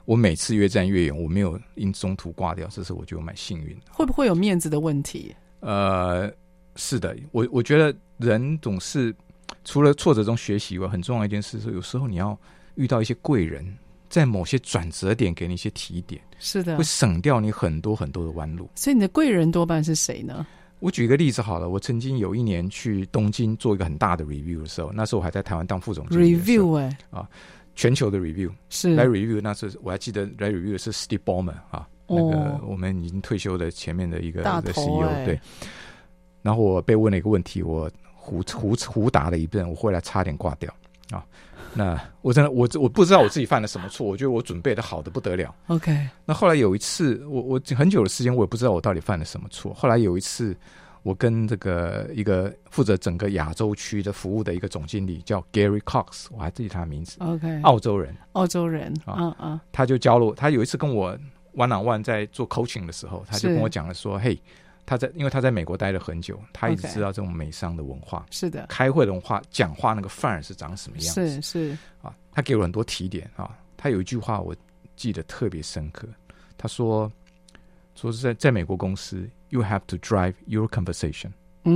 我每次越战越远，我没有因中途挂掉，这是我觉得蛮幸运的。 会不会有面子的问题？ 是的，我觉得人总是除了挫折中学习以外，很重要一件事是，有时候你要遇到一些贵人，在某些转折点给你一些提点， 是的， 会省掉你很多很多的弯路。 所以你的贵人多半是谁呢？ 我举一个例子好了，我曾经有一年去东京做一个很大的 review 的时候，那时候我还在台湾当副总经理的时候 review 全球的 review 是来 review， 那时候我还记得来 review 的是 Steve Ballmer 那个我们已经退休的前面的一个大头 CEO 对。然后我被问了一个问题，我胡答了一遍，我回来差点挂掉啊！那我真的我不知道我自己犯了什么错，我觉得我准备的好的不得了。 OK， 那后来有一次，我很久的时间我也不知道我到底犯了什么错。后来有一次，我跟这个一个负责整个亚洲区的服务的一个总经理叫 Gary Cox， 我还记得他的名字。 OK， 澳洲人，他就教了我。他有一次跟我 one on one 在做 coaching 的时候，他就跟我讲了说：“嘿。”因为他在美国待了很久，他一直知道这种美商的文化， 是的， 开会的文化，讲话那个范儿是长什么样子， 是他给我很多提点他有一句话我记得特别深刻，他说是在美国公司 ，you have to drive your conversation，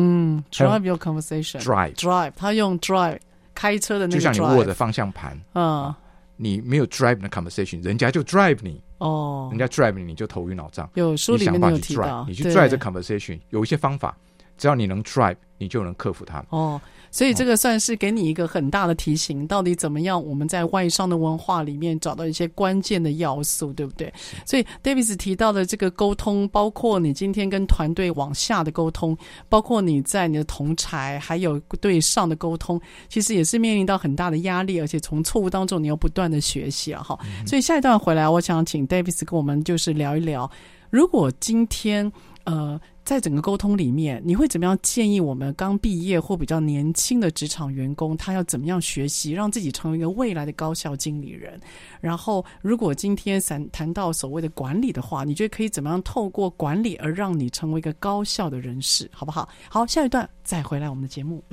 drive your conversation，drive， 他用 drive 开车的那个 drive， 就像你握着方向盘，你没有 drive the conversation， 人家就 drive 你。人家 drive 你就头晕脑胀。 有书里面有提到， 你去 drive 这 conversation， 有一些方法，只要你能 drive， 你就能克服它。 所以这个算是给你一个很大的提醒，到底怎么样我们在外商的文化里面找到一些关键的要素，对不对？所以 Davis 提到的这个沟通，包括你今天跟团队往下的沟通，包括你在你的同侪还有对上的沟通，其实也是面临到很大的压力，而且从错误当中你要不断的学习啊。所以下一段回来，我想请 Davis 跟我们就是聊一聊，如果今天在整个沟通里面，你会怎么样建议我们刚毕业或比较年轻的职场员工，他要怎么样学习，让自己成为一个未来的高效经理人？然后，如果今天谈到所谓的管理的话，你觉得可以怎么样透过管理而让你成为一个高效的人士，好不好？好，下一段再回来我们的节目。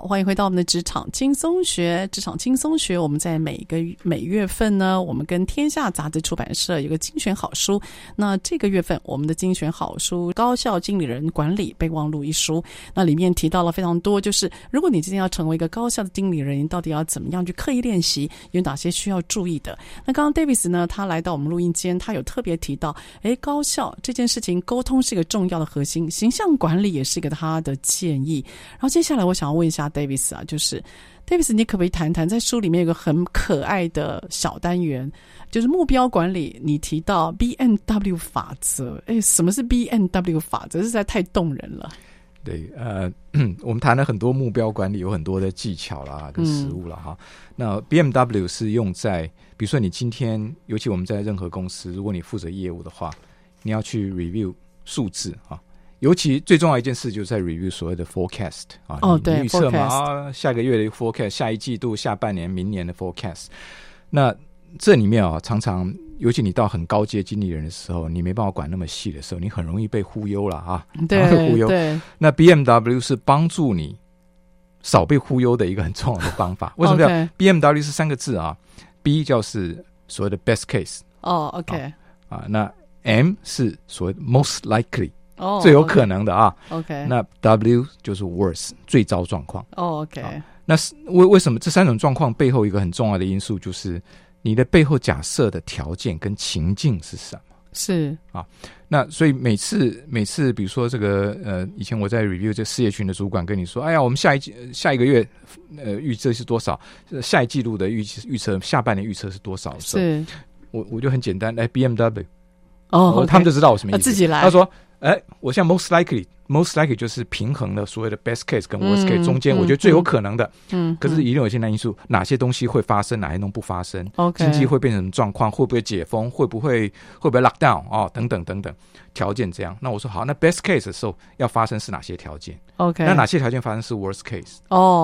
欢迎回到我们的职场轻松学。职场轻松学，我们在每月份呢，我们跟天下杂志出版社有个精选好书。那这个月份我们的精选好书《高效经理人管理备忘录》一书，那里面提到了非常多，就是如果你今天要成为一个高效的经理人，你到底要怎么样去刻意练习，有哪些需要注意的。那刚刚 Davis 呢，他来到我们录音间，他有特别提到高效这件事情，沟通是一个重要的核心，形象管理也是一个他的建议。然后接下来我想要问一下 Davis 啊，就是 Davis 你可不可以谈谈，在书里面有个很可爱的小单元，就是目标管理，你提到 BMW 法则。什么是 BMW 法则？实在太动人了。 对，我们谈了很多目标管理，有很多的技巧啦跟实务啦哈。那 BMW 是用在，比如说你今天，尤其我们在任何公司，如果你负责业务的话，你要去 review 数字啊。尤其最重要一件事就是在 review 所谓的 forecast 啊， 对， 预测嘛，下个月的 forecast， 下一季度、下半年、明年的 forecast。那这里面常常，尤其你到很高阶经理人的时候，你没办法管那么细的时候，你很容易被忽悠了啊， 对， 忽悠。那 BMW 是帮助你少被忽悠的一个很重要的方法。为什么叫 BMW 是3个字啊 ？B 就是所谓的 best case， OK 那 M 是所谓的 most likely。最有可能的啊 ，OK， 那 W 就是 worst 最糟状况 ，OK， 那为什么这3种状况背后一个很重要的因素就是你的背后假设的条件跟情境是什么？ 是啊，那所以每次比如说这个以前我在 review 这事业群的主管跟你说，哎呀，我们下一个月预测是多少，下一季度的预测，下半年预测是多少的时候， 是我就很简单，BMW， 他们就知道我什么意思， 自己来， 他说。我现在 most likely 就是平衡了所谓的 best case 跟 worst case 中间，我觉得最有可能的。可是一定有些因素，哪些东西会发生，哪些东西不发生？经济会变成什么状况？会不会解封？会不会 lock down？等等等等条件这样。那我说好，那 best case 的时候要发生是哪些条件 ？OK， 那哪些条件发生是 worst case？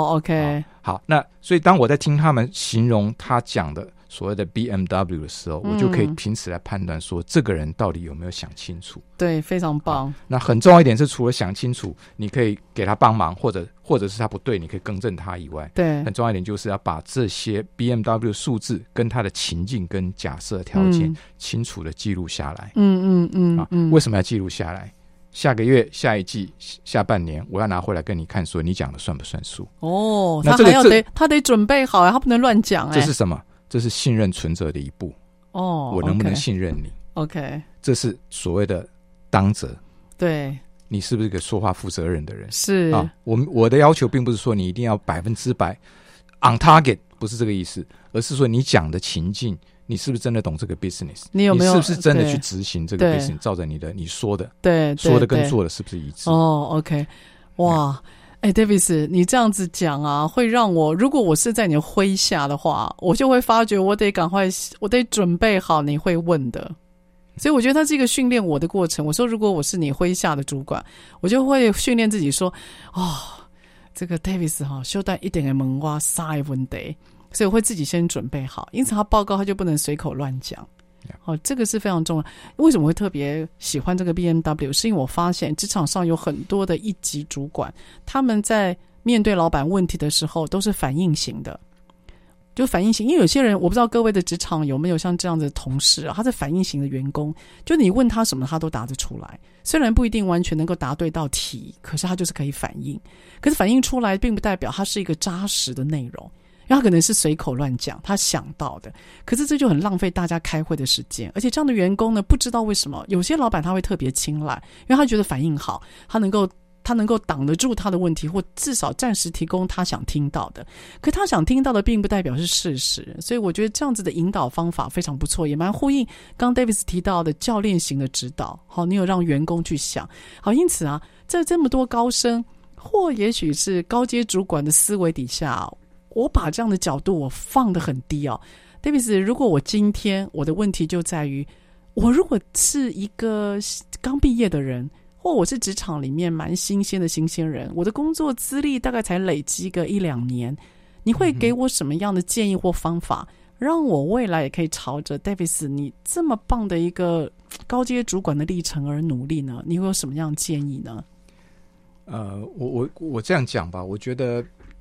OK， 好，那所以当我在听他们形容他讲的所谓的 BMW 的时候，我就可以凭此来判断说这个人到底有没有想清楚。 对，非常棒。 那很重要一点是，除了想清楚，你可以给他帮忙，或者是他不对，你可以更正他以外， 对， 很重要一点就是要把这些 BMW 数字跟他的情境跟假设条件清楚的记录下来。为什么要记录下来？下个月、下一季、下半年，我要拿回来跟你看，说你讲的算不算数？ 那他得准备好，他不能乱讲。 这是什么？这是信任存折的一步。我能不能信任你 ？OK， 这是所谓的当责。 对， 你是不是一个说话负责任的人？ 是啊，我的要求并不是说你一定要100% on target， 不是这个意思，而是说你讲的情境，你是不是真的懂这个 business？ 你有没有？ 是不是真的去执行这个 business？ 照着你说的， 对， 说的跟做的是不是一致 ？OK， 哇。Davis， 你这样子讲啊，会让我，如果我是在你的麾下的话，我就会发觉我得赶快，我得准备好你会问的。所以我觉得它是一个训练我的过程。我说，如果我是你麾下的主管，我就会训练自己说，这个 Davis 小等一点的问我3个问题，所以我会自己先准备好。因此他报告他就不能随口乱讲。这个是非常重要。为什么会特别喜欢这个 BMW？ 是因为我发现职场上有很多的一级主管，他们在面对老板问题的时候都是反应型的，就反应型。因为有些人，我不知道各位的职场有没有像这样的同事他是反应型的员工，就你问他什么他都答得出来，虽然不一定完全能够答对到题，可是他就是可以反应。可是反应出来并不代表他是一个扎实的内容，因为他可能是随口乱讲他想到的，可是这就很浪费大家开会的时间。而且这样的员工呢，不知道为什么有些老板他会特别青睐，因为他觉得反应好，他能够挡得住他的问题，或至少暂时提供他想听到的。可他想听到的并不代表是事实，所以我觉得这样子的引导方法非常不错，也蛮呼应刚 Davis 提到的教练型的指导。好，你有让员工去想。好，因此啊，在这么多高升或也许是高阶主管的思维底下，我把这样的角度我放得很低Davis， 如果我今天我的问题就在于，我如果是一个刚毕业的人，或我是职场里面蛮新鲜的新鲜人，我的工作资历大概才累积个1-2年，你会给我什么样的建议或方法，让我未来也可以朝着 Davis 你这么棒的一个高阶主管的历程而努力呢？你会有什么样的建议呢？ 我这样讲吧，我觉得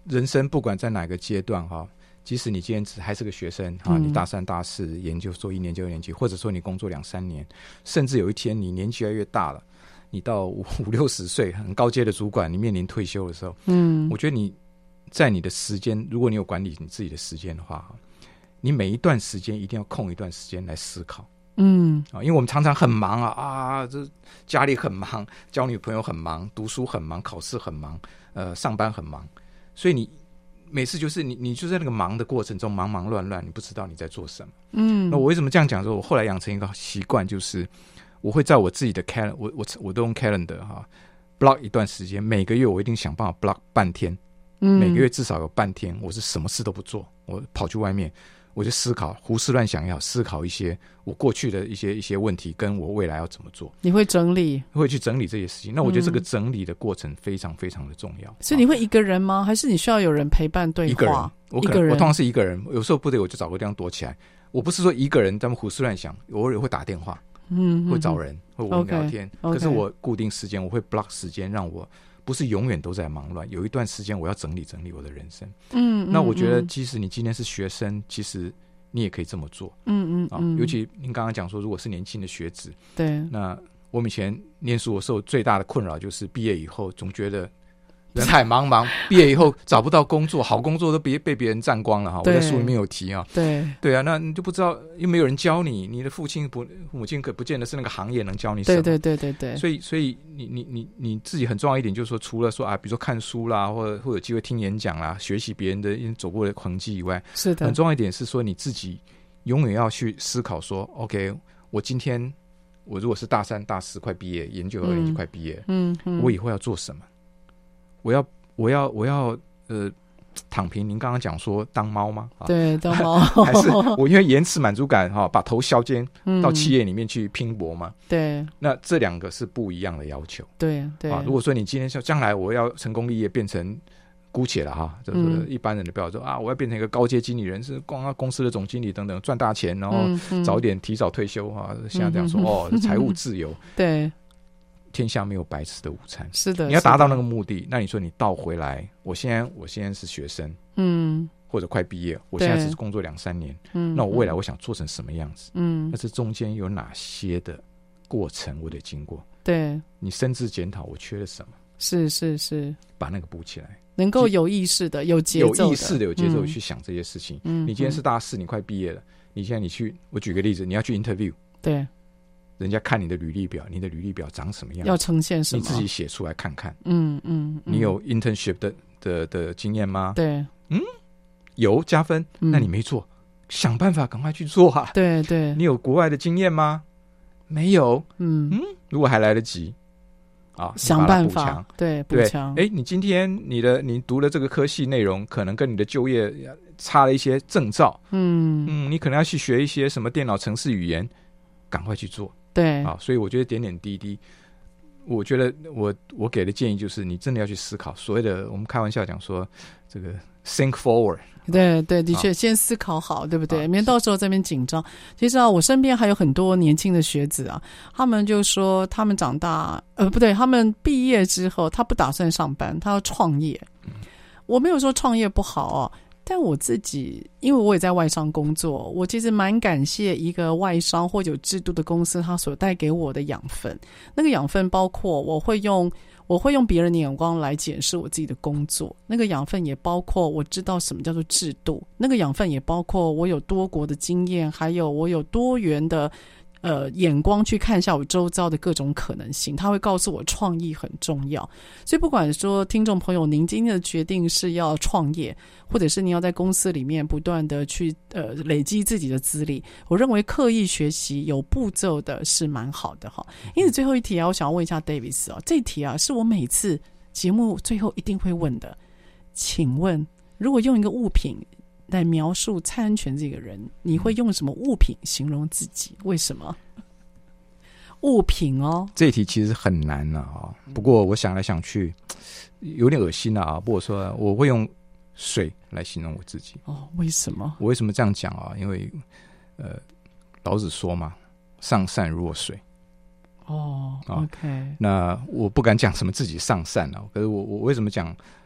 人生不管在哪个阶段哈，即使你今天还是个学生哈，你大3大4研究所1年级2年级，或者说你工作2-3年，甚至有一天你年纪越来越大了，你到50-60岁很高阶的主管，你面临退休的时候，我觉得你在你的时间，如果你有管理你自己的时间的话，你每一段时间一定要空一段时间来思考。因为我们常常很忙这家里很忙，交女朋友很忙，读书很忙，考试很忙，上班很忙，所以你每次就是你就在那个忙的过程中忙忙乱乱，你不知道你在做什么。那我为什么这样讲？说我后来养成一个习惯，就是我会在我自己的 calendar， 我都用 calendar block 一段时间，每个月我一定想办法 block 半天，每个月至少有半天我是什么事都不做，我跑去外面，我就思考，胡思乱想也好，思考一些我过去的一些问题，跟我未来要怎么做。 你会整理， 会去整理这些事情。那我觉得这个整理的过程非常非常的重要。 所以你会一个人吗？还是你需要有人陪伴对话？ 一个人，我通常是一个人，有时候不得我就找个地方躲起来。我不是说一个人在那胡思乱想，偶尔会打电话，会找人，会我们聊天。可是我固定时间，我会 block 时间，让我不是永远都在忙乱，有一段时间我要整理整理我的人生。那我觉得即使你今天是学生，其实你也可以这么做。尤其您刚刚讲说，如果是年轻的学子， 对， 那我们以前念书的时候最大的困扰就是毕业以后总觉得人海茫茫，毕业以后找不到工作，好工作都被别人占光了哈。我在书里面有提啊。对啊，那你就不知道，又没有人教你，你的父母亲可不见得是那个行业能教你什么。 对。 所以你自己很重要一点，就是说，除了说比如说看书啦，或者有机会听演讲啦，学习别人的走过的痕迹以外， 是的， 很重要一点是说，你自己永远要去思考说 ，OK， 我今天我如果是大3大4快毕业，研究2年级快毕业，我以后要做什么？我要躺平。您刚刚讲说当猫吗？ 对，当猫。 还是我因为延迟满足感把头削尖到企业里面去拼搏嘛？ 对。 那这两个是不一样的要求。 对。 如果说你今天将来我要成功立业，变成姑且了就是一般人的标准说我要变成一个高阶经理人，是光公司的总经理等等，赚大钱，然后早点提早退休现在这样说财务自由。 对。 天下没有白吃的午餐， 是的， 你要达到那个目的，那你说你倒回来，我现在是学生，或者快毕业，我现在只是工作2-3年，那我未来我想做成什么样子？那这中间有哪些的过程我得经过？对，你深自检讨，我缺了什么？是，把那个补起来， 能够有意识的、有节奏的、 有意识的、有节奏的去想这些事情。你今天是大4，你快毕业了，你现在我举个例子，你要去 interview， 对。 人家看你的履历表，你的履历表长什么样？ 要呈现什么？ 你自己写出来看看。你有 internship 的经验吗？ 对， 有加分。那你没做，想办法赶快去做啊。 对。 你有国外的经验吗？没有。如果还来得及想办法补强。 你今天你读的这个科系内容，可能跟你的就业差了一些证照。你可能要去学一些什么电脑程式语言，赶快去做。 对所以我觉得点点滴滴，我觉得我给的建议就是，你真的要去思考。所谓的我们开玩笑讲说，这个 think forward。 对，的确，先思考好，对不对？免到时候这边紧张。其实我身边还有很多年轻的学子他们就说他们长大，不对，他们毕业之后，他不打算上班，他要创业。我没有说创业不好但我自己，因为我也在外商工作，我其实蛮感谢一个外商或有制度的公司，它所带给我的养分。那个养分包括我会用别人的眼光来检视我自己的工作，那个养分也包括我知道什么叫做制度，那个养分也包括我有多国的经验，还有我有多元的眼光去看一下我周遭的各种可能性，他会告诉我创意很重要。所以不管说听众朋友您今天的决定是要创业，或者是你要在公司里面不断的去累积自己的资历，我认为刻意学习有步骤的是蛮好的因此最后一题我想要问一下 Davis 这一题是我每次节目最后一定会问的。请问如果用一个物品来描述蔡恩泉这个人，你会用什么物品形容自己？为什么？物品这一题其实很难不过我想来想去有点恶心不过说我会用水来形容我自己。 为什么？ 我为什么这样讲因为老子说嘛，上善若水。 OK。 那我不敢讲什么自己上善可是我为什么讲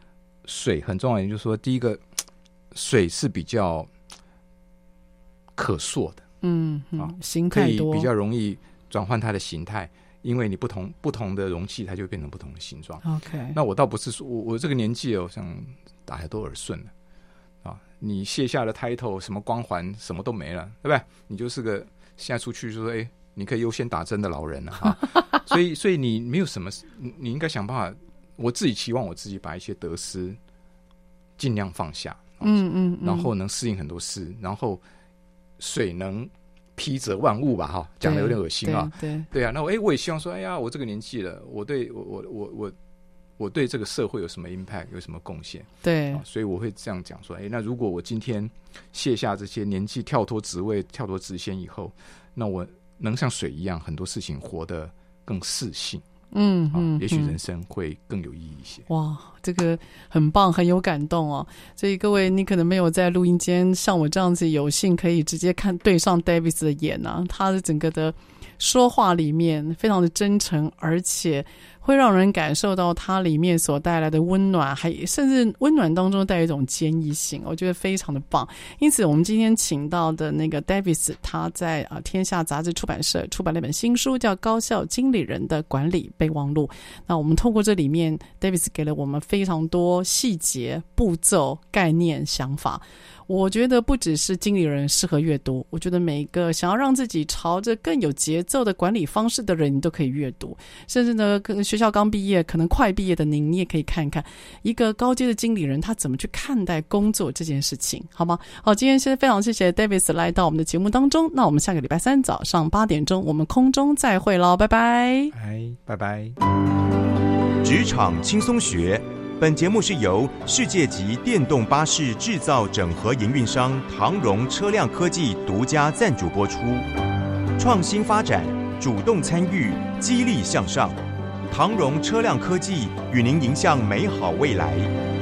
水很重要，也就是说，第一个水是比较可塑的， 形态多， 可以比较容易转换它的形态，因为你不同的容器，它就会变成不同的形状。 OK， 那我倒不是说我这个年纪哦，像大家都耳顺了啊，你卸下了 title， 什么光环什么都没了，对不对？你就是个现在出去就说，你可以优先打针的老人了啊。所以你没有什么，你应该想办法。我自己期望我自己把一些得失尽量放下，然后能适应很多事，然后水能披泽万物吧，哈，讲的有点恶心啊，对啊。那我也希望说，哎呀，我这个年纪了，我对这个社会有什么 impact， 有什么贡献？ 对， 所以我会这样讲说，那如果我今天卸下这些年纪，跳脱职位，跳脱职衔以后，那我能像水一样，很多事情活得更适性。也许人生会更有意义一些。 哇，这个很棒，很有感动哦。所以各位，你可能没有在录音间像我这样子有幸可以直接对上 Davis 的眼啊，他的整个的说话里面非常的真诚，而且会让人感受到它里面所带来的温暖，还甚至温暖当中带有一种坚毅性，我觉得非常的棒。因此我们今天请到的那个 Davis， 他在天下杂志出版社出版了一本新书，叫《高效经理人的管理备忘录》。那我们透过这里面 Davis 给了我们非常多细节、步骤、概念、想法。我觉得不只是经理人适合阅读，我觉得每一个想要让自己朝着更有节奏的管理方式的人，你都可以阅读。甚至呢，学校刚毕业，可能快毕业的您，你也可以看看一个高阶的经理人他怎么去看待工作这件事情，好吗？好，今天非常谢谢 Davis 来到我们的节目当中。那我们下个礼拜三早上8点钟，我们空中再会咯，拜拜。 拜拜。 职场轻松学。本节目是由世界级电动巴士制造整合营运商唐荣车辆科技独家赞助播出。创新发展，主动参与，激励向上。唐荣车辆科技与您迎向美好未来。